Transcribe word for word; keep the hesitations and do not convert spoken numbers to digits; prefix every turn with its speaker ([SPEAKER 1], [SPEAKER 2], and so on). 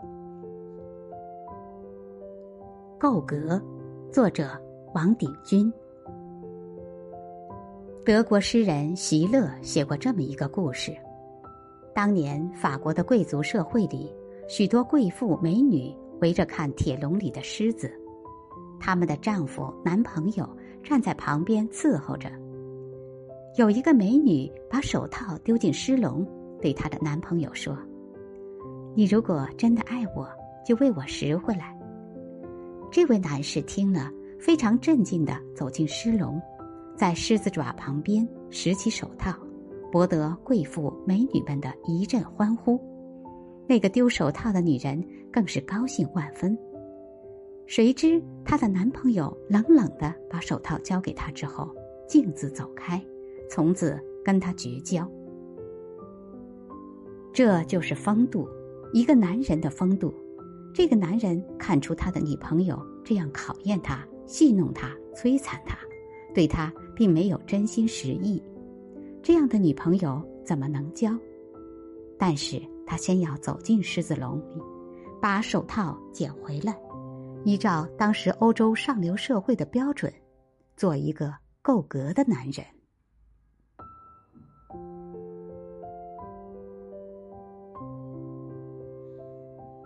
[SPEAKER 1] 够格，作者王鼎钧。德国诗人席勒写过这么一个故事：当年法国的贵族社会里，许多贵妇美女围着看铁笼里的狮子，她们的丈夫、男朋友站在旁边伺候着。有一个美女把手套丢进狮笼，对她的男朋友说：“你如果真的爱我，就为我拾回来。”这位男士听了，非常镇静地走进狮笼，在狮子爪旁边拾起手套，博得贵妇美女们的一阵欢呼。那个丢手套的女人更是高兴万分。谁知她的男朋友冷冷地把手套交给她之后，径自走开，从此跟她绝交。这就是风度，一个男人的风度。这个男人看出他的女朋友这样考验他、戏弄他、摧残他，对他并没有真心实意，这样的女朋友怎么能交？但是他先要走进狮子笼里，把手套捡回来，依照当时欧洲上流社会的标准，做一个够格的男人。